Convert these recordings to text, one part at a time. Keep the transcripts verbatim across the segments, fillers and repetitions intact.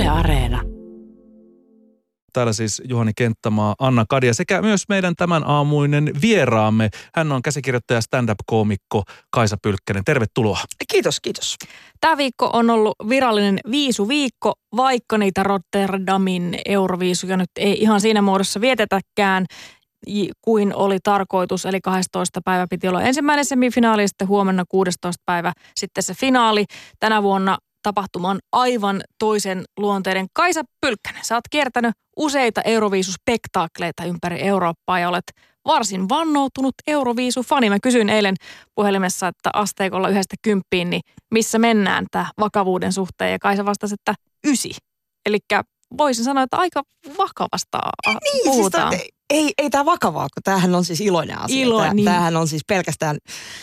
Yle Areena. Täällä siis Juhani Kenttämaa, Anna Kadia sekä myös meidän tämän aamuinen vieraamme. Hän on käsikirjoittaja, stand-up-koomikko Kaisa Pylkkänen. Tervetuloa. Kiitos, kiitos. Tämä viikko on ollut virallinen viisuviikko, vaikka niitä Rotterdamin euroviisuja nyt ei ihan siinä muodossa vietetäkään kuin oli tarkoitus. Eli kahdestoista päivä piti olla ensimmäinen semifinaali ja sitten huomenna kuudestoista päivä sitten se finaali. Tänä vuonna tapahtuma on aivan toisen luonteiden. Kaisa Pylkkänen, sä oot kiertänyt useita euroviisuspektaakleita ympäri Eurooppaa ja olet varsin vannoutunut euroviisufani. Mä kysyin eilen puhelimessa, että asteikolla yhdestä kymppiin, niin missä mennään tämä vakavuuden suhteen? Ja Kaisa vastasi, että ysi. Elikkä voisin sanoa, että aika vakavasta niin, puhutaan. Siis ei, ei tämä vakavaa, kun tämähän on siis iloinen asia. Ilo, Tää, niin. Tämähän on siis pelkästään,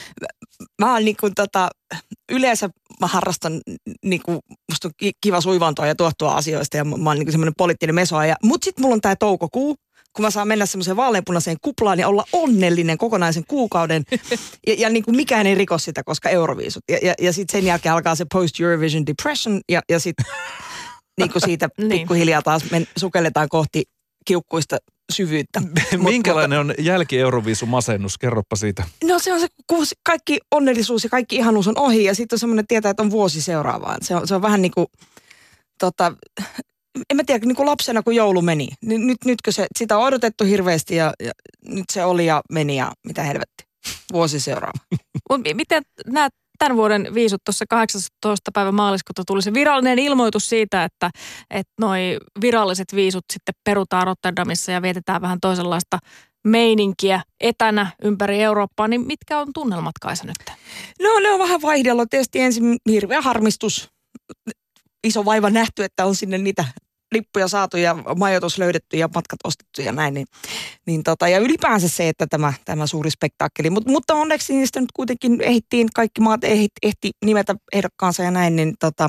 mä oon niin kuin tota, yleensä mä harrastan niin kuin, musta on kiva suivantoa ja tuottua asioista ja mä oon niin kuin semmoinen poliittinen mesoaja. Mutta sitten mulla on tää toukokuu, kun mä saan mennä semmoiseen vaaleanpunaiseen kuplaan ja olla onnellinen kokonaisen kuukauden. ja, ja niin kuin mikään ei riko sitä, koska euroviisut. Ja, ja, ja sitten sen jälkeen alkaa se post-Eurovision depression ja, ja sitten niin kuin siitä pikkuhiljaa taas men, sukelletaan kohti kiukkuista syvyyttä. Minkälainen on jälki-euroviisumasennus? Kerropa siitä. No se on se, kun kaikki onnellisuus ja kaikki ihanuus on ohi ja sitten on semmoinen tietää, että on vuosi seuraavaan. Se on, se on vähän niin kuin, tota, en mä tiedä, niin kuin lapsena kun joulu meni. Nyt, nytkö se, sitä on odotettu hirveästi ja, ja nyt se oli ja meni ja mitä helvetti. Vuosi seuraava. Miten näet tämän vuoden viisut tuossa kahdeksastoista päivä maaliskuuta tuli se virallinen ilmoitus siitä, että, että noi viralliset viisut sitten perutaan Rotterdamissa ja vietetään vähän toisenlaista meininkiä etänä ympäri Eurooppaa, niin mitkä on tunnelmat, Kaisa, nyt? No ne on vähän vaihdellut. Tietysti ensin hirveä harmistus, iso vaiva nähty, että on sinne niitä lippuja saatu ja majoitus löydetty ja matkat ostettu ja näin. Niin, niin tota, ja ylipäänsä se, että tämä, tämä suuri spektaakkeli. Mut, mutta onneksi niistä nyt kuitenkin ehittiin, kaikki maat ehti, ehti nimetä ehdokkaansa ja näin, niin tota,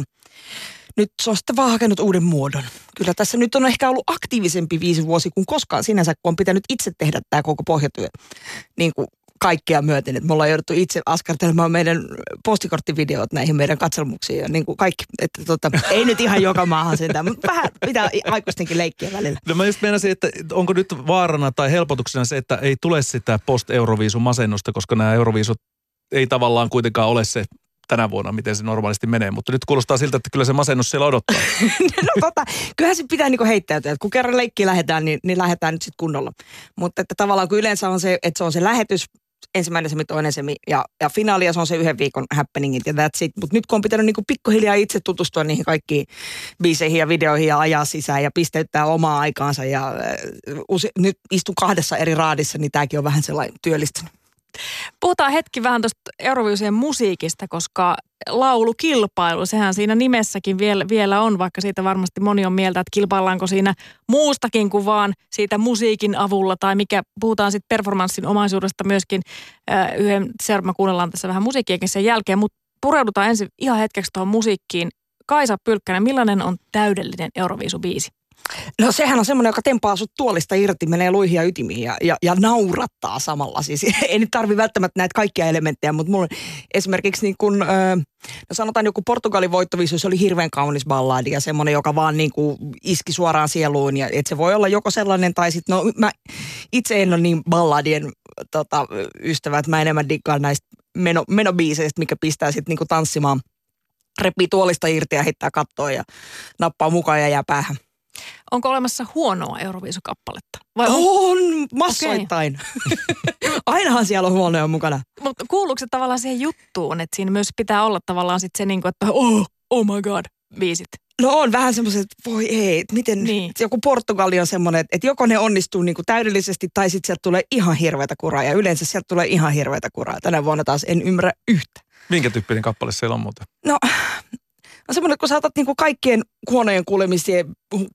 nyt se on sitten vaan hakenut uuden muodon. Kyllä tässä nyt on ehkä ollut aktiivisempi viisi vuosi kuin koskaan sinänsä, kun on pitänyt itse tehdä tämä koko pohjatyö niin kuin kaikkea myöten. Että me ollaan jouduttu itse askartelemaan meidän postikorttivideot näihin meidän katselmuksiin ja niin kuin kaikki. Että tota, ei nyt ihan joka maahan sentään, mutta vähän pitää aikuistenkin leikkiä välillä. No mä just meinasin, että onko nyt vaarana tai helpotuksena se, että ei tule sitä post-euroviisumasennusta, koska nämä euroviisut ei tavallaan kuitenkaan ole se tänä vuonna, miten se normaalisti menee. Mutta nyt kuulostaa siltä, että kyllä se masennus siellä odottaa. No tota, kyllähän se pitää niinku heittäytyä. Että kun kerran leikkiin lähdetään, niin, niin lähdetään nyt sitten kunnolla. Mutta että tavallaan kun yleensä on se, että se on se lähetys, ensimmäinen semi, toinen semi ja, ja finaali ja se on se yhden viikon happeningit ja that's it. Mutta nyt kun on pitänyt niinku pikkuhiljaa itse tutustua niihin kaikkiin biiseihin ja videoihin ja ajaa sisään ja pisteyttää omaa aikaansa ja äh, usi, nyt istun kahdessa eri raadissa, niin tämäkin on vähän sellainen työllistynyt. Puhutaan hetki vähän tuosta Euroviisujen musiikista, koska laulukilpailu, sehän siinä nimessäkin vielä, vielä on, vaikka siitä varmasti moni on mieltä, että kilpaillaanko siinä muustakin kuin vaan siitä musiikin avulla, tai mikä, puhutaan sitten performanssin omaisuudesta myöskin, äh, yhden seuraavan kuunnellaan tässä vähän musiikkiakin sen jälkeen, mutta pureudutaan ensin ihan hetkeksi tuohon musiikkiin. Kaisa Pylkkänen, millainen on täydellinen Euroviisubiisi? No sehän on semmoinen, joka tempaa sut tuolista irti, menee luihin ja ytimiin ja, ja, ja naurattaa samalla. Siis ei nyt tarvi välttämättä näitä kaikkia elementtejä, mutta mulla esimerkiksi niin kun, ö, no sanotaan joku Portugalin voittoviisu, se oli hirveän kaunis balladi ja semmoinen, joka vaan niin kuin iski suoraan sieluun. Ja että se voi olla joko sellainen tai sitten, no mä itse en ole niin balladien tota, ystävä, että mä enemmän diggaan näistä meno, menobiiseistä, mikä pistää sitten niin kuin tanssimaan, repii tuolista irti ja heittää kattoon ja nappaa mukaan ja jää päähän. Onko olemassa huonoa Euroviisukappaletta? Vai on, on massoittain. Okay. Ainahan siellä on huonoja mukana. Mutta kuuluuko se tavallaan siihen juttuun, että siinä myös pitää olla tavallaan sit se, niinku, että oh, oh my god, biisit? No on vähän semmoiset, että voi ei, että miten, niin. Joku Portugali on semmoinen, että joko ne onnistuu niinku täydellisesti tai sitten sieltä tulee ihan hirveätä kuraa ja yleensä sieltä tulee ihan hirveätä kuraa. Tänä vuonna taas en ymmärrä yhtä. Minkä tyyppinen kappale siellä on muuten? No... on semmoinen, kun saatat niinku kaikkien huonojen kuulemisien,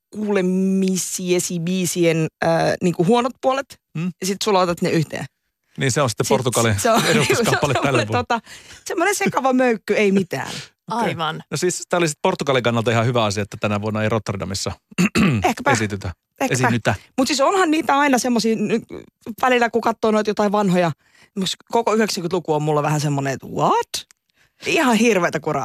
kuulemisiesi biisien ää, niinku huonot puolet, hmm? ja sitten sulla otat ne yhteen. Niin se on sitten Portugalin edustuskappale tälle vuonna. Tota, semmoinen sekava möykky, ei mitään. Aivan. Okay. No siis tämä oli sitten Portugalin kannalta ihan hyvä asia, että tänä vuonna ei Rotterdamissa esitytä. Esiinnytä. Mutta siis onhan niitä aina semmoisia, välillä kun katsoo noita jotain vanhoja, koko yhdeksänkymmentäluku on mulla vähän semmoinen, että what? Ihan hirveätä kuraa.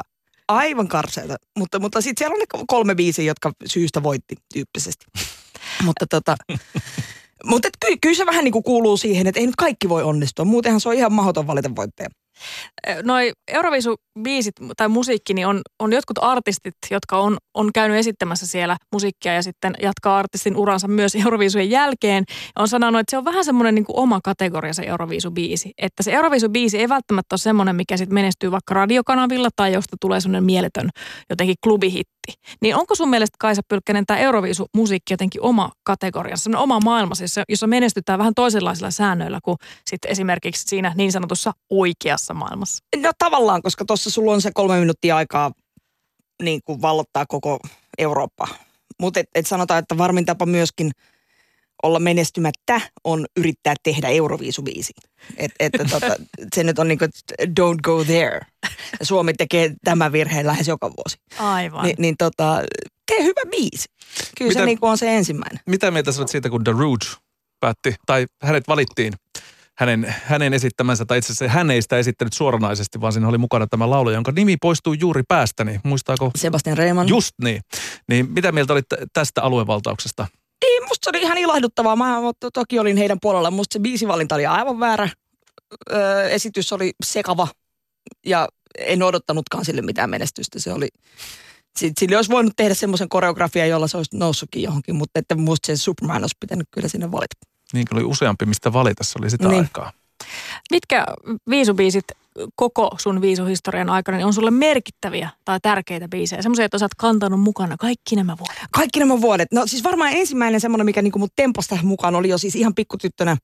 Aivan karseita, mutta, mutta sitten siellä on ne kolme biisiä, jotka syystä voitti tyyppisesti. mutta tota, mutta ky, kyllä se vähän niin kuin kuuluu siihen, että ei nyt kaikki voi onnistua. Muutenhan se on ihan mahdoton valita voittaja. Noi Euroviisu-biisit tai musiikki, niin on, on jotkut artistit, jotka on, on käynyt esittämässä siellä musiikkia ja sitten jatkaa artistin uransa myös Euroviisujen jälkeen. Ja on sanonut, että se on vähän semmoinen niin kuin oma kategoria se Euroviisu-biisi. Että se Euroviisu-biisi ei välttämättä ole semmoinen, mikä sitten menestyy vaikka radiokanavilla tai josta tulee semmoinen mieletön jotenkin klubihitti. Niin onko sun mielestä, Kaisa Pylkkänen, tämä Euroviisu-musiikki jotenkin oma kategoria, semmoinen oma maailma, siis, jossa menestytään vähän toisenlaisilla säännöillä kuin sitten esimerkiksi siinä niin sanotussa oikeassa maailmassa? No tavallaan, koska tuossa sulla on se kolme minuuttia aikaa niin kuin vallottaa koko Eurooppa. Mutta et, et sanotaan, että varmin tapa myöskin olla menestymättä on yrittää tehdä Euroviisubiisi. Että et, tota, se nyt on niin kuin, don't go there. Suomi tekee tämän virheen lähes joka vuosi. Aivan. Ni, niin tota, tee hyvä biisi. Kyllä mitä, se niin kuin on se ensimmäinen. Mitä mieltä sä olet siitä, kun The Rouge päätti, tai hänet valittiin hänen, hänen esittämänsä, tai itse asiassa hän ei sitä esittänyt suoranaisesti, vaan siinä oli mukana tämä laulaja, jonka nimi poistui juuri päästäni. Muistaako? Sebastian Rehman. Just niin. Niin mitä mieltä olit tästä aluevaltauksesta? Ei, musta se oli ihan ilahduttavaa. Mä to, toki olin heidän puolella. Musta se biisivalinta oli aivan väärä. Öö, esitys oli sekava ja en odottanutkaan sille mitään menestystä. Se oli, sille olisi voinut tehdä semmoisen koreografian, jolla se olisi noussutkin johonkin, mutta että musta se Superman olisi pitänyt kyllä sinne valita. Niin oli useampi, mistä valita, se oli sitä niin. aikaa. Mitkä viisubiisit koko sun viisuhistorian aikana niin on sulle merkittäviä tai tärkeitä biisejä? Semmoisia, että sä oot kantanut mukana kaikki nämä vuodet. Kaikki nämä vuodet. No siis varmaan ensimmäinen semmoinen, mikä niinku mut temposi tähän mukaan, oli jo siis ihan pikkutyttönä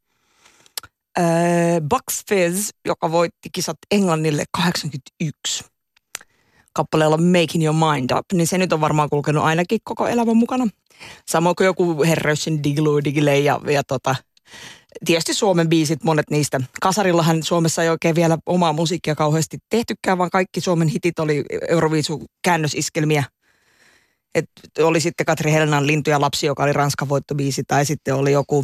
äh, Bucks Fizz, joka voitti kisat Englannille kahdeksankymmentäyksi. Kappaleella Making Your Mind Up, niin se nyt on varmaan kulkenut ainakin koko elämän mukana. Samoin kuin joku Herrössin Diggiloo Diggiley ja, ja tota, tietysti Suomen biisit, monet niistä. Kasarillahan Suomessa ei oikein vielä omaa musiikkia kauheasti tehtykään, vaan kaikki Suomen hitit oli Euroviisu-käännösiskelmiä. Et oli sitten Katri Helenan Lintu ja lapsi, joka oli Ranskan voittobiisi, tai sitten oli joku...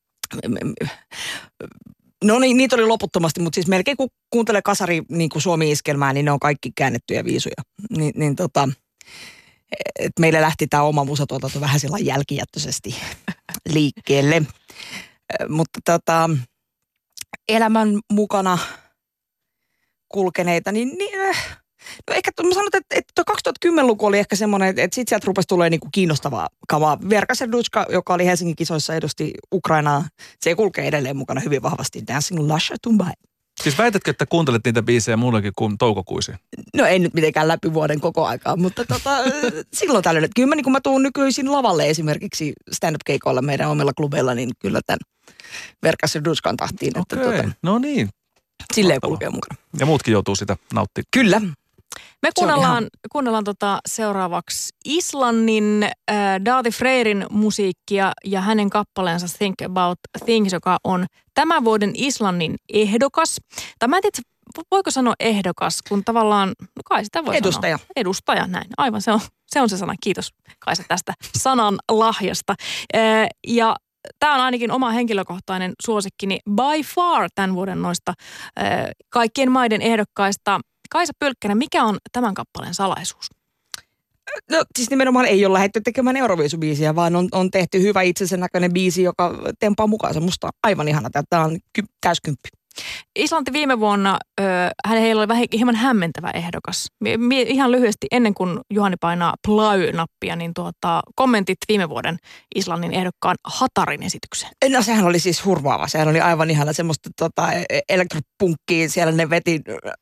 No niin, niitä oli loputtomasti, mutta siis melkein kun kuuntelee Kasari niin kuin Suomi-iskelmää, niin ne on kaikki käännettyjä viisuja. Ni, niin tota, et meille lähti tämä oma musatuotanto vähän sillä jälkijättöisesti liikkeelle. Mutta tota, elämän mukana kulkeneita, niin, niin no ehkä mä sanon, että, että kaksituhattakymmenluku oli ehkä semmoinen, että, että sitten sieltä rupesi tulemaan niinku kiinnostavaa kavaa. Verka Serduchka, joka oli Helsingin kisoissa, edusti Ukrainaa, se kulkee edelleen mukana hyvin vahvasti. Dancing Lasha Tumbai. Siis väitätkö, että kuuntelet niitä biisejä muullekin kuin toukokuisiin? No ei nyt mitenkään läpi vuoden koko aikaa, mutta tota, silloin tällöin. Että kyllä mä, niin kun mä tuun nykyisin lavalle esimerkiksi stand-up-keikoilla meidän omilla klubeilla, niin kyllä tämän Verka Serduchkan tahtiin. Okei, että, tota, no niin. silleen kulkee mukana. Ja muutkin joutuu sitä nauttimaan. Kyllä. Me kuunnellaan, ihan... kuunnellaan tota seuraavaksi Islannin äh, Daði Freyrin musiikkia ja hänen kappaleensa Think About Things, joka on tämän vuoden Islannin ehdokas. Tai mä en tiedä, voiko sanoa ehdokas, kun tavallaan, no kai sitä voi Edustaja. sanoa. Edustaja, näin. Aivan, se on se, on se sana. Kiitos Kaisa tästä sanan lahjasta. Äh, ja tämä on ainakin oma henkilökohtainen suosikkini by far tämän vuoden noista äh, kaikkien maiden ehdokkaista. Kaisa Pylkkänen, mikä on tämän kappaleen salaisuus? No siis nimenomaan ei ole lähdetty tekemään Euroviisu-biisiä, vaan on, on tehty hyvä itsensä näköinen biisi, joka tempaa mukaansa. Musta on aivan ihana. Tämä on ky- täyskymppi. Islanti viime vuonna, ö, heillä oli vähän hieman hämmentävä ehdokas. Mie, mie, ihan lyhyesti, ennen kuin Juhani painaa play-nappia, niin tuota, kommentit viime vuoden Islannin ehdokkaan Hatarin esitykseen. No sehän oli siis hurmaava. Sehän oli aivan ihana semmoista tota, elektropunkkiin. Siellä ne veti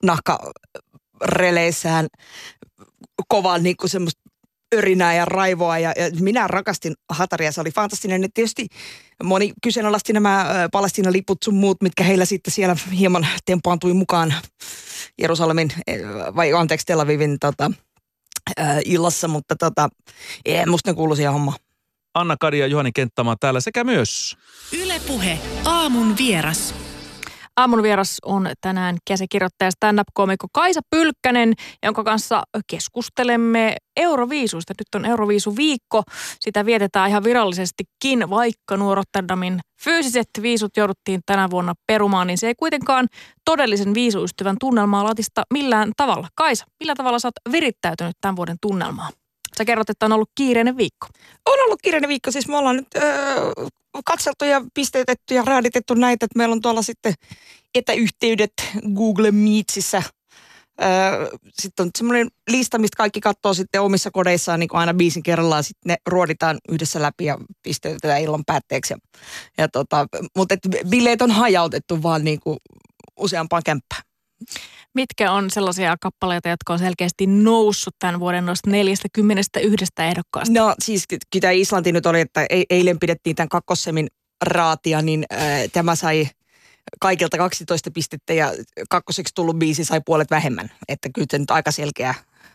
nahkareleissään kovaa niin kuin semmoista örinää ja raivoa ja, ja minä rakastin Hataria, se oli fantastinen. Ja tietysti moni kyseenalaisti nämä Palestiinan liput sun muut, mitkä heillä sitten siellä hieman tempaantui mukaan Jerusalemin, vai anteeksi Tel Avivin tota, ää, illassa, mutta tota, ei, musta ne kuului siihen hommaan. Anna Kadi ja Juhani Kenttämaa täällä sekä myös Yle Puhe, aamun vieras. Aamun vieras on tänään käsikirjoittaja stand-up-koomikko Kaisa Pylkkänen, jonka kanssa keskustelemme Euroviisuista. Nyt on Euroviisuviikko. Sitä vietetään ihan virallisestikin, vaikka nuo Rotterdamin fyysiset viisut jouduttiin tänä vuonna perumaan, niin se ei kuitenkaan todellisen viisuystävän tunnelmaa latista millään tavalla. Kaisa, millä tavalla sä oot virittäytynyt tämän vuoden tunnelmaan? Sä kerrot, että on ollut kiireinen viikko. On ollut kiireinen viikko. Siis me ollaan nyt öö, katseltu ja pisteytetty ja raaditettu näitä, että meillä on tuolla sitten etäyhteydet Google Meetsissä. Öö, sitten on semmoinen lista, mistä kaikki katsoo sitten omissa kodeissaan niin kuin aina biisin kerrallaan. Sitten ne ruoditaan yhdessä läpi ja pisteytetään illan päätteeksi. Ja, ja tota, mutta et bileet on hajautettu vaan niin kuin useampaan kämppään. Mitkä on sellaisia kappaleita, jotka on selkeästi noussut tämän vuoden noista neljästäkymmenestäyhdestä ehdokkaasta? No siis kyllä Islanti nyt oli, että eilen pidettiin tämän kakkossemin raatia, niin äh, tämä sai kaikilta kaksitoista pistettä ja kakkoseksi tullut biisi sai puolet vähemmän. Että kyllä se nyt aika selkeä,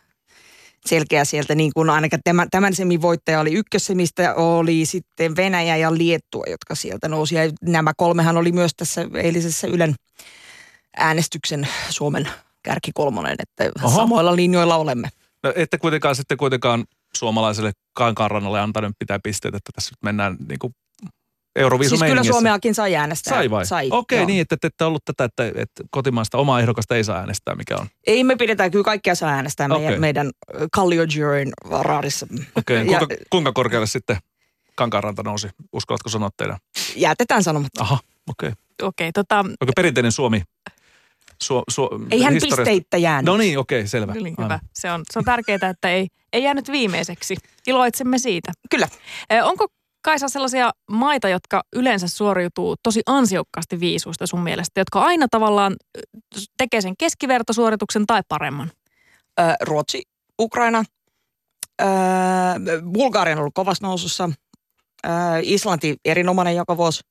selkeä sieltä, niin kuin ainakin tämän, tämän semin voittaja oli ykkössemistä, oli sitten Venäjä ja Liettua, jotka sieltä nousi. Ja nämä kolmehan oli myös tässä eilisessä Ylen äänestyksen Suomen kärkikolmonen, että Oho. samoilla linjoilla olemme. No, ette kuitenkaan sitten kuitenkaan suomalaiselle Kankaanrannalle antanut pitää pisteitä, että tässä nyt mennään niin kuin Euroviisun Siis kyllä Suomeakin sai äänestää. Sai vai? Sai, Okei, okay, niin, että te ette ollut tätä, että, että kotimaista omaa ehdokasta ei saa äänestää, mikä on. Ei, me pidetään kyllä kaikkia saa äänestää okay. meidän, meidän Kallio-juryn raadissa. Okei, okay, kuinka, kuinka korkealle sitten Kankaanranta nousi? Uskallatko sanoa teidän? Jätetään sanomatta. Aha, okei. Okay. Okei, okay, tota... Okei, okay, perinteinen Suomi. Su, su, Eihän pisteittä jäänyt. No niin, okei, okay, selvä. Niin, hyvä. Se on, se on tärkeää, että ei, ei jäänyt viimeiseksi. Iloitsemme siitä. Kyllä. Eh, onko Kaisa sellaisia maita, jotka yleensä suoriutuu tosi ansiokkaasti viisuista sun mielestä, jotka aina tavallaan tekee sen keskivertosuorituksen tai paremman? Ö, Ruotsi, Ukraina, ö, Bulgaria on ollut kovassa nousussa, ö, Islanti erinomainen joka vuosi,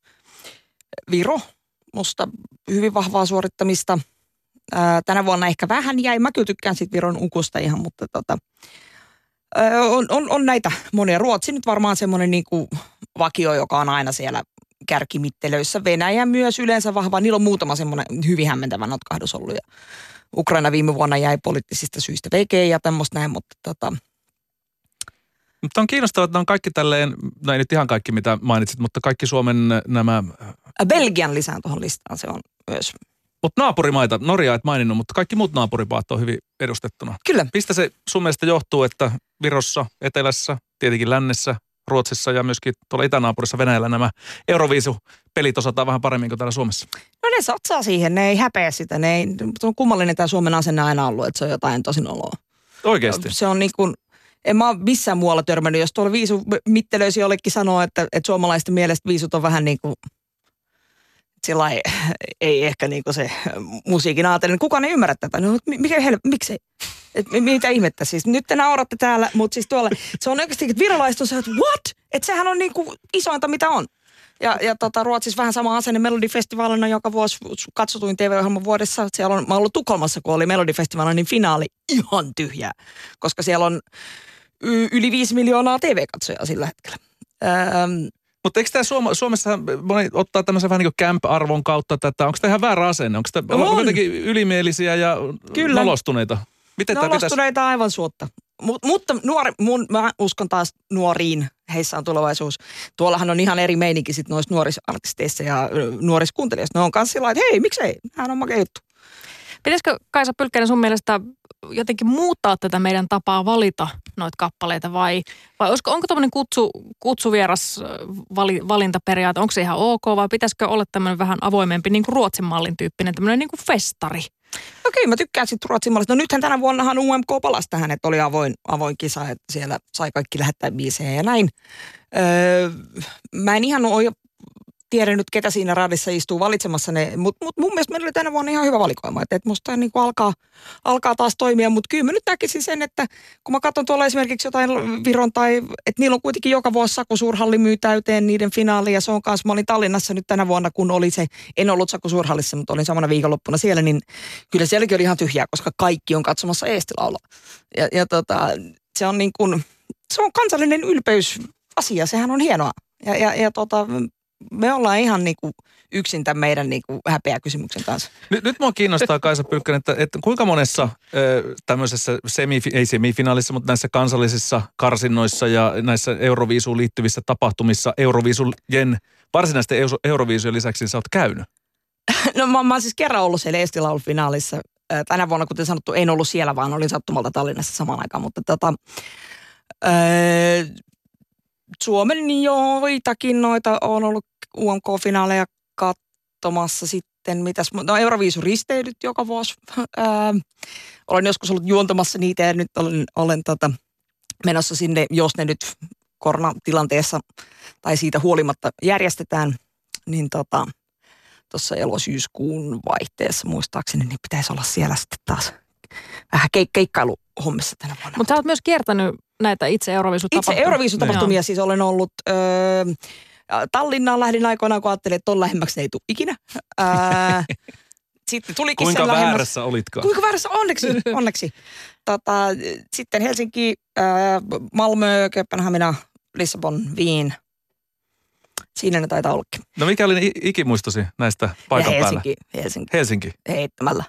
Viro, musta hyvin vahvaa suorittamista. Ää, tänä vuonna ehkä vähän jäi. Mä kyllä tykkään siitä Viron ukusta ihan, mutta tota, ää, on, on, on näitä monia. Ruotsi nyt varmaan semmoinen niinku vakio, joka on aina siellä kärkimittelöissä. Venäjä myös yleensä vahva. Niillä on muutama semmoinen hyvin hämmentävä notkahdus ollut. Ja Ukraina viime vuonna jäi poliittisista syistä vekeen ja tämmöistä näin, mutta tota... Mutta on kiinnostavaa, että on kaikki tälleen, no ei nyt ihan kaikki mitä mainitsit, mutta kaikki Suomen nämä... Belgian lisään tuohon listaan, se on myös. Mutta naapurimaita, Norja et maininnut, mutta kaikki muut naapurimaat on hyvin edustettuna. Kyllä. Mistä se sun mielestä johtuu, että Virossa, Etelässä, tietenkin Lännessä, Ruotsissa ja myöskin tuolla itänaapurissa Venäjällä nämä Euroviisu-pelit osataan vähän paremmin kuin täällä Suomessa? No ne satsaa siihen, ne ei häpeä sitä. Ne ei, se on kummallinen tämä Suomen asenne aina ollut, että se on jotain tosi noloa. Oikeasti? Se on niin kuin... En mä ole missään muualla törmännyt, jos tuolla viisumittelöisi jollekin sanoo, että, että suomalaisten mielestä viisut on vähän niin kuin, sillä ei, ei ehkä niin kuin se musiikin aatellen. Kukaan ei ymmärrä tätä. No, mikä hel, miksi? Et, mitä ihmettä siis? Nyt te nauratte täällä, mutta siis tuolla, se on oikeasti, että virolaiset on se, että what? Että sehän on niin kuin isointa, mitä on. Ja, ja tota, Ruotsissa vähän sama asenne Melodifestivaalina joka vuosi katsotuin T V-ohjelman vuodessa. Siellä on, mä oon ollut Tukholmassa, kun oli Melodifestivaalina, niin finaali ihan tyhjää. Koska siellä on y- yli viisi miljoonaa T V-katsojaa sillä hetkellä. Ähm, Mutta eikö tämä Suom- Suomessa moni ottaa tämmöisen vähän niin kuin camp-arvon kautta tätä? Onko tämä ihan väärä asenne? Onko tämä on. jotenkin ylimielisiä ja Kyllä. nolostuneita? Miten nolostuneita pitäisi... aivan suotta. Mut, mutta nuori, mun, mä uskon taas nuoriin, heissä on tulevaisuus. Tuollahan on ihan eri meininki sit noissa nuorisartisteissa ja nuoriskuuntelijoissa. Ne on kanssa sillä että hei, miksei, tämähän on makea juttu. Pitäisikö Kaisa Pylkkänen sun mielestä jotenkin muuttaa tätä meidän tapaa valita noita kappaleita vai, vai olisiko, onko tämmöinen kutsu, kutsuvieras vali, valintaperiaate, onko se ihan ok vai pitäisikö olla tämmöinen vähän avoimempi niin kuin Ruotsin mallin tyyppinen, tämmöinen niin kuin festari? No kyllä, mä tykkään sitten Ruotsin mallista. No nythän tänä vuonnahan U M K palasi tähän, että oli avoin, avoin kisa, että siellä sai kaikki lähettää biisejä ja näin. Öö, mä en ihan ole tiedä nyt, ketä siinä raadissa istuu valitsemassa ne, mutta mut mun mielestä meillä oli tänä vuonna ihan hyvä valikoima, että et musta niin kuin alkaa, alkaa taas toimia, mutta kyllä mä nyt näkisin sen, että kun mä katson tuolla esimerkiksi jotain Viron tai, että niillä on kuitenkin joka vuosi Saku Suurhalli myy täyteen niiden finaali ja se on kanssa, mä olin Tallinnassa nyt tänä vuonna, kun oli se, en ollut Saku Suurhallissa, mutta olin samana viikonloppuna siellä, niin kyllä sielläkin oli ihan tyhjää, koska kaikki on katsomassa Eesti laulaa. Ja, ja tota, se on niin kuin, se on kansallinen ylpeysasia, sehän on hienoa ja, ja, ja tota, me ollaan ihan niin kuin yksin tämän meidän niin kuin häpeäkysymyksen kanssa. Nyt, nyt mua kiinnostaa, Kaisa Pylkkänen, että, että kuinka monessa ö, tämmöisessä semi, ei semifinaalissa, mutta näissä kansallisissa karsinnoissa ja näissä Euroviisuun liittyvissä tapahtumissa Euroviisujen, varsinaisten Euroviisujen lisäksi sä oot käynyt? No mä, mä oon siis kerran ollut siellä Estilaulufinaalissa. Tänä vuonna, kuten sanottu, en ollut siellä, vaan olin sattumalta Tallinnassa samaan aikaan, mutta tota, öö, Suomen joitakin noita on ollut U M K-finaaleja katsomassa sitten, mitäs, no Euroviisuristeilyt joka vuosi. Öö, olen joskus ollut juontamassa niitä ja nyt olen, olen tota, menossa sinne, jos ne nyt koronatilanteessa tai siitä huolimatta järjestetään, niin tota, tuossa elosyyskuun vaihteessa muistaakseni, niin pitäisi olla siellä sitten taas vähän keik- keikkailuhommissa tänä vuonna. Mutta sä oot myös kiertänyt näitä itse Euroviisutapahtumia. Itse Euroviisutapahtumia siis olen ollut öö, Tallinnaan lähdin aikoinaan, kun ajattelin, että ton lähemmäksi ne ei tule ikinä. Öö, sitten tulikin kuinka sen lähemmäksi. väärässä olitkaan? Kuinka väärässä? Onneksi, onneksi. Tota, sitten Helsinki, öö, Malmö, Kööpenhamina, Lissabon, Wien. Siinä ne taitaa ollakin. No mikä oli ikimuistosi näistä paikan ja päällä? Helsinki, Helsinki. Helsinki. Heittämällä.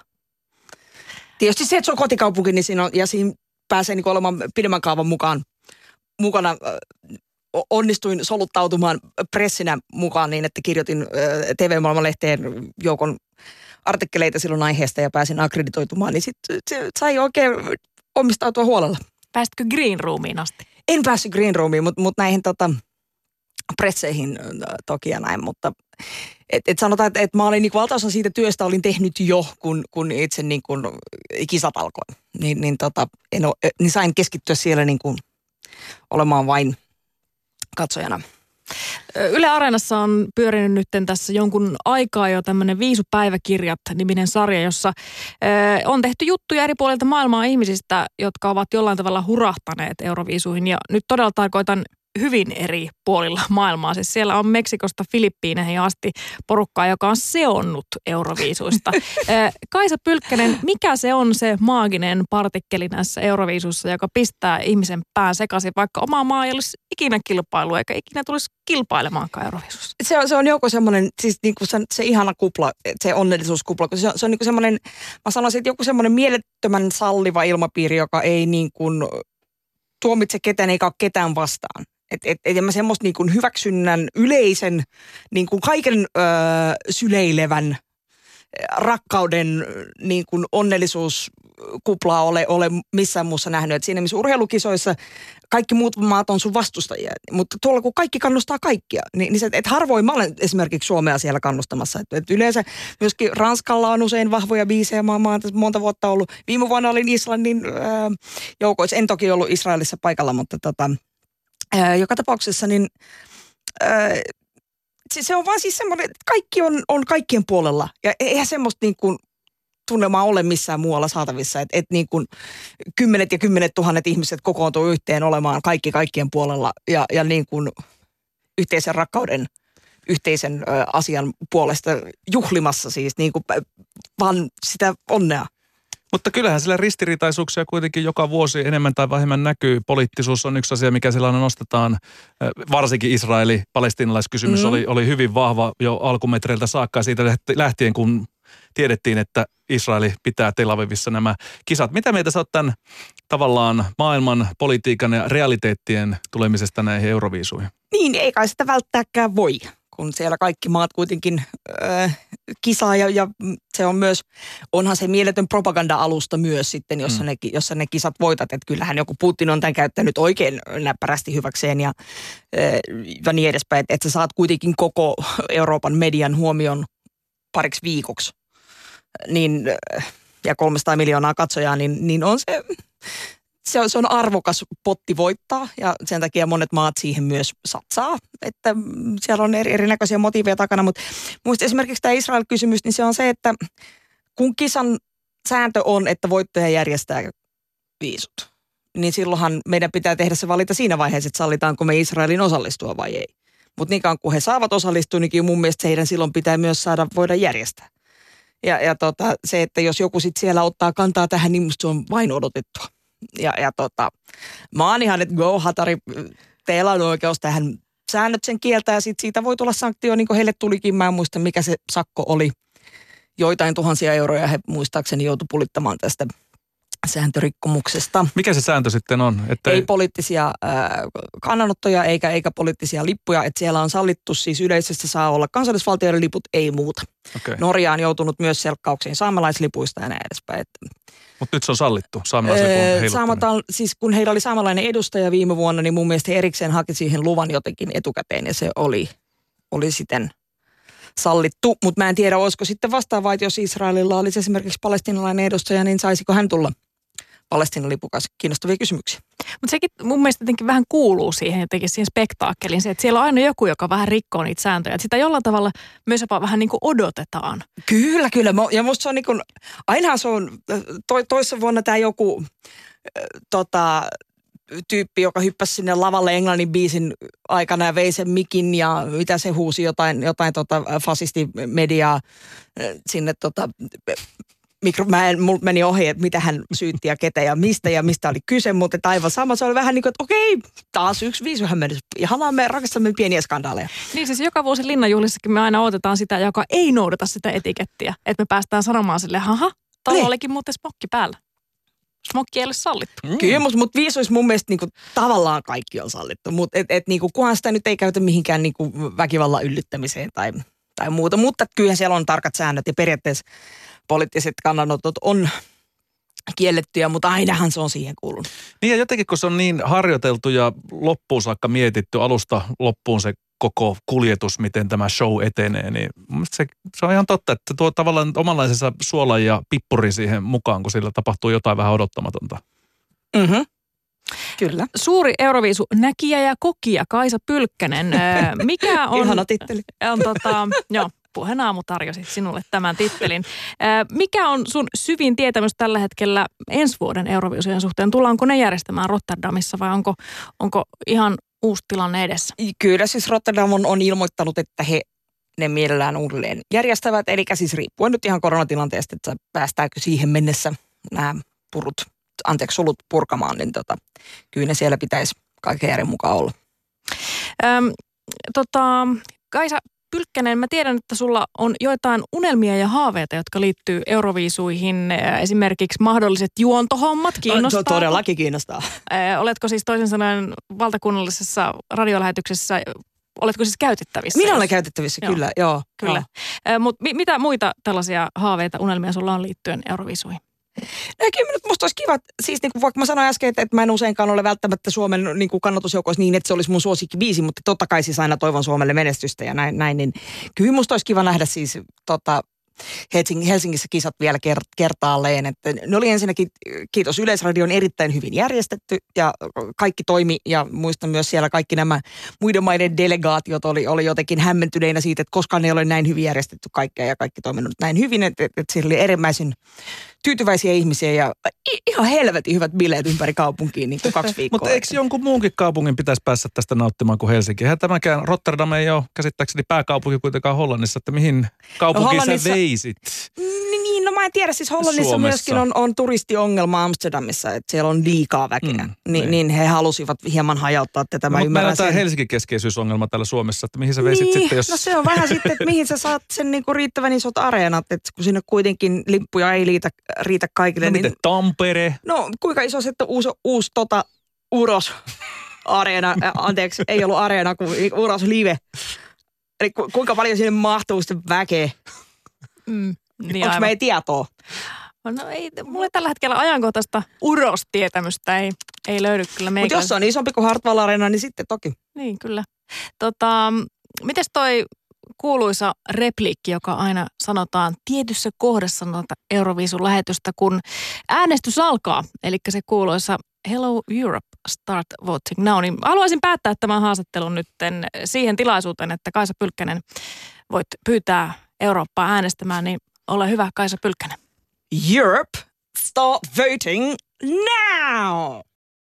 Tietysti se, että se on kotikaupunki, niin siinä on, ja siinä pääsee niin olemaan pidemmän kaavan mukaan, mukana. Äh, onnistuin soluttautumaan pressinä mukaan niin, että kirjoitin äh, T V-maailmanlehteen joukon artikkeleita silloin aiheesta ja pääsin akkreditoitumaan, niin sitten se sai oikein omistautua huolella. Pääsitkö Green Roomiin asti? En päässyt Green Roomiin, mutta mut näihin tota, presseihin toki ja näin, mutta et, et sanotaan, että et mä olin niin valtaosan siitä työstä olin tehnyt jo, kun, kun itse niin kuin kisat alkoi. Niin, niin, tota, en ole, niin sain keskittyä siellä niin kuin olemaan vain katsojana. Yle Areenassa on pyörinyt nyt tässä jonkun aikaa jo tämmöinen Viisupäiväkirjat-niminen sarja, jossa ö, on tehty juttuja eri puolilta maailmaa ihmisistä, jotka ovat jollain tavalla hurahtaneet Euroviisuihin. Ja nyt todella tarkoitan hyvin eri puolilla maailmaa. Siis siellä on Meksikosta Filippiineihin asti porukkaa, joka on seonnut Euroviisuista. Kaisa Pylkkänen, mikä se on se maaginen partikkeli näissä Euroviisuissa, joka pistää ihmisen pään sekaisin, vaikka oma maa ei olisi ikinä kilpailu, eikä ikinä tulisi kilpailemaankaan Euroviisussa? Se on, se on joku semmoinen, siis niin kuin se, se ihana kupla, se onnellisuuskupla, kun se on, se on niin kuin semmoinen, mä sanoisin, että joku semmoinen mielettömän salliva ilmapiiri, joka ei niin kuin tuomitse ketään eikä ole ketään vastaan. Että et, et, mä semmoista niin kuin hyväksynnän yleisen, niin kuin kaiken öö, syleilevän rakkauden niin kuin onnellisuuskuplaa ole, ole missään muussa nähnyt. Et siinä missä urheilukisoissa kaikki muut maat on sun vastustajia, mutta tuolla kun kaikki kannustaa kaikkia, niin, niin se, et harvoin mä olen esimerkiksi Suomea siellä kannustamassa. Et, et yleensä myöskin Ranskalla on usein vahvoja biisejä, mä, mä oon monta vuotta ollut. Viime vuonna olin Islannin öö, joukoissa, en toki ollut Israelissa paikalla, mutta tota, öö, joka tapauksessa niin öö, se on vaan siis semmoinen, että kaikki on, on kaikkien puolella. Ja eihän semmoista niin kuin tunnelmaa ole missään muualla saatavissa. Että et niin kuin kymmenet ja kymmenet tuhannet ihmiset kokoontuu yhteen olemaan kaikki kaikkien puolella. Ja, ja niin kuin yhteisen rakkauden, yhteisen ö, asian puolesta juhlimassa siis niin kuin vaan sitä onnea. Mutta kyllähän sillä ristiriitaisuuksia kuitenkin joka vuosi enemmän tai vähemmän näkyy. Poliittisuus on yksi asia, mikä sillä nostetaan. Varsinkin Israeli-palestiinalaiskysymys mm. oli, oli hyvin vahva jo alkumetreiltä saakka siitä lähtien, kun tiedettiin, että Israeli pitää Tel Avivissa nämä kisat. Mitä mieltä sä oot tämän tavallaan maailman politiikan ja realiteettien tulemisesta näihin Euroviisuihin? Niin, ei kai sitä välttääkään voi, kun siellä kaikki maat kuitenkin ö, kisaa ja, ja se on myös, onhan se mieletön propaganda-alusta myös sitten, jossa, mm. ne, jossa ne kisat voitat. Että kyllähän joku Putin on tämän käyttänyt oikein näppärästi hyväkseen ja, ja niin edespäin, että, että sä saat kuitenkin koko Euroopan median huomion pariksi viikoksi. Niin, ja kolmesataa miljoonaa katsojaa, niin, niin on se... Se on, se on arvokas potti voittaa ja sen takia monet maat siihen myös satsaa, että siellä on eri, erinäköisiä motiiveja takana, mutta muista esimerkiksi tämä Israel-kysymys, niin se on se, että kun kisan sääntö on, että voittaja järjestää viisut, niin silloinhan meidän pitää tehdä se valinta siinä vaiheessa, että sallitaanko me Israelin osallistua vai ei. Mutta niin kauan kun he saavat osallistua, niin mun mielestä heidän silloin pitää myös saada voida järjestää. Ja, ja tota, se, että jos joku sitten siellä ottaa kantaa tähän, niin musta se on vain odotettua. Ja, ja tota, mä oon ihan, että go Hatari, teillä on oikeus tähän säännöt sen kieltää ja sit siitä voi tulla sanktio, niin kuin heille tulikin. Mä en muista, mikä se sakko oli. Joitain tuhansia euroja he muistaakseni joutui pulittamaan tästä sääntörikkomuksesta. Mikä se sääntö sitten on? Että ei poliittisia äh, kannanottoja eikä, eikä poliittisia lippuja. Että siellä on sallittu, siis yleisesti saa olla kansallisvaltioiden liput, ei muuta. Okay. Norja on joutunut myös selkkauksiin saamelaislipuista ja näin edespäin. Mutta nyt se on sallittu, saamelaislipun heiluttaminen. Siis kun heillä oli saamelainen edustaja viime vuonna, niin mun mielestä he erikseen haki siihen luvan jotenkin etukäteen ja se oli, oli sitten sallittu. Mutta mä en tiedä, olisiko sitten vastaavaa, että jos Israelilla olisi esimerkiksi palestiinalainen edustaja, niin saisiko hän tulla Palestiinan lipukas, kiinnostavia kysymyksiä. Mutta sekin mun mielestä jotenkin vähän kuuluu siihen jotenkin siihen spektaakkeliin, se, että siellä on aina joku, joka vähän rikkoo niitä sääntöjä. Että sitä jollain tavalla myös jopa vähän niin kuin odotetaan. Kyllä, kyllä. Ja musta se on niin kuin, ainahan se on, to, toissa vuonna tämä joku äh, tota, tyyppi, joka hyppäsi sinne lavalle englannin biisin aikana ja vei sen mikin ja mitä se huusi, jotain, jotain tota fasistimediaa äh, sinne tota... Mikro, mä en, mulla meni ohi, että mitä hän syytti ja ketä ja mistä ja mistä oli kyse, mutta aivan sama. Se oli vähän niin kuin, että okei, taas yksi viisuhämmennys. Ihanaa, me rakastamme pieniä skandaaleja. Niin siis joka vuosi linnanjuhlissakin me aina odotetaan sitä, joka ei noudata sitä etikettiä. Että me päästään sanomaan sille, haha, tuolla niin. olikin muuten smokki päällä. Smokki ei ole sallittu. Mm. Kyllä, mutta mut viisuissa mun mielestä niinku, tavallaan kaikki on sallittu. Mutta et, et, niinku, kunhan sitä nyt ei käytä mihinkään niinku, väkivallan yllyttämiseen tai, tai muuta. Mutta kyllähän siellä on tarkat säännöt ja periaatteessa poliittiset kannanotot on kiellettyjä, mutta ainahan se on siihen kuulunut. Niin ja jotenkin, kun se on niin harjoiteltu ja loppuun saakka mietitty alusta loppuun se koko kuljetus, miten tämä show etenee, niin se, se on ihan totta, että tuo tavallaan omanlaisensa suolan ja pippurin siihen mukaan, kun sillä tapahtuu jotain vähän odottamatonta. Mhm. Kyllä. Suuri Euroviisu näkijä ja kokija Kaisa Pylkkänen. Mikä on... Ihana titteli. On tota, joo. Puheen aamu tarjosi sinulle tämän tittelin. Mikä on sun syvin tietämys tällä hetkellä ensi vuoden Euroviisujen suhteen? Tullaanko ne järjestämään Rotterdamissa vai onko, onko ihan uusi tilanne edessä? Kyllä siis Rotterdam on, on ilmoittanut, että he ne mielellään uudelleen järjestävät. Eli siis riippuen nyt ihan koronatilanteesta, että päästäänkö siihen mennessä nämä purut, anteeksi sulut purkamaan, niin tota, kyllä ne siellä pitäisi kaiken järjen mukaan olla. Öm, tota, Kaisa Pylkkänen, mä tiedän, että sulla on joitain unelmia ja haaveita, jotka liittyy Euroviisuihin. Esimerkiksi mahdolliset juontohommat kiinnostaa. Todellakin kiinnostaa. Oletko siis toisin sanoen valtakunnallisessa radiolähetyksessä, oletko siis käytettävissä? Minä olen käytettävissä, joo. kyllä, joo. Kyllä. Joo. Mutta mitä muita tällaisia haaveita, unelmia sulla on liittyen Euroviisuihin? No kyllä musta olisi kiva, siis niin kuin vaikka mä sanoin äsken, että, että mä en useinkaan ole välttämättä Suomen niin kuin kannatusjoukoissa niin, että se olisi mun suosikkibiisi, mutta totta kai siis aina toivon Suomelle menestystä ja näin, näin niin kyllä musta olisi kiva nähdä siis tota, Helsing, Helsingissä kisat vielä kert, kertaalleen, että ne oli ensinnäkin, kiitos Yleisradion, erittäin hyvin järjestetty ja kaikki toimi ja muistan myös siellä kaikki nämä muiden maiden delegaatiot oli, oli jotenkin hämmentyneinä siitä, että koskaan ei ole näin hyvin järjestetty kaikkea ja kaikki toiminut näin hyvin, että, että, että siellä oli erimmäisen tyytyväisiä ihmisiä ja ihan helvetin hyvät bileet ympäri kaupunkiin niin kuin kaksi viikkoa. Mutta eikö jonkun muunkin kaupungin pitäisi päästä tästä nauttimaan kuin Helsinki? Eihän tämäkään, Rotterdam ei ole käsittääkseni pääkaupunki kuitenkaan Hollannissa, että mihin kaupunkiin no, sä veisit? Niin, no mä en tiedä, siis Hollannissa Suomessa myöskin on, on turistiongelma Amsterdamissa, että siellä on liikaa väkeä, mm, Ni, niin. niin he halusivat hieman hajauttaa tätä, mä no, ymmärrän mutta meillä on sen. tämä Helsinki-keskeisyysohjelma täällä Suomessa, että mihin sä veisit niin, sitten, jos... no se on vähän sitten, että mihin sä saat sen niinku riittävän isot areenat, että kun sinne kuitenkin lippuja ei riitä, riitä kaikille. No niin, miten Tampere? No kuinka iso sitten uusi, uusi tota, Uros areena, äh, anteeksi, ei ollut areena, kuin Uros Live. Eli ku, kuinka paljon sinne mahtuu sitten väkeä? Mm, niin onko me ei tietoa? No ei, mulle tällä hetkellä ajankohtaista urostietämystä ei, ei löydy kyllä meikä. Mutta jos se on isompi kuin Hartwall Arena, niin sitten toki. Niin, kyllä. Tota, mites toi kuuluisa repliikki, joka aina sanotaan tietyssä kohdassa noita Euroviisun lähetystä, kun äänestys alkaa, eli se kuuluisa Hello Europe, start voting now, niin haluaisin päättää tämän haastattelun nyt siihen tilaisuuteen, että Kaisa Pylkkänen voit pyytää Eurooppaa äänestämään, niin ole hyvä Kaisa Pylkkänen. Europe, start voting now!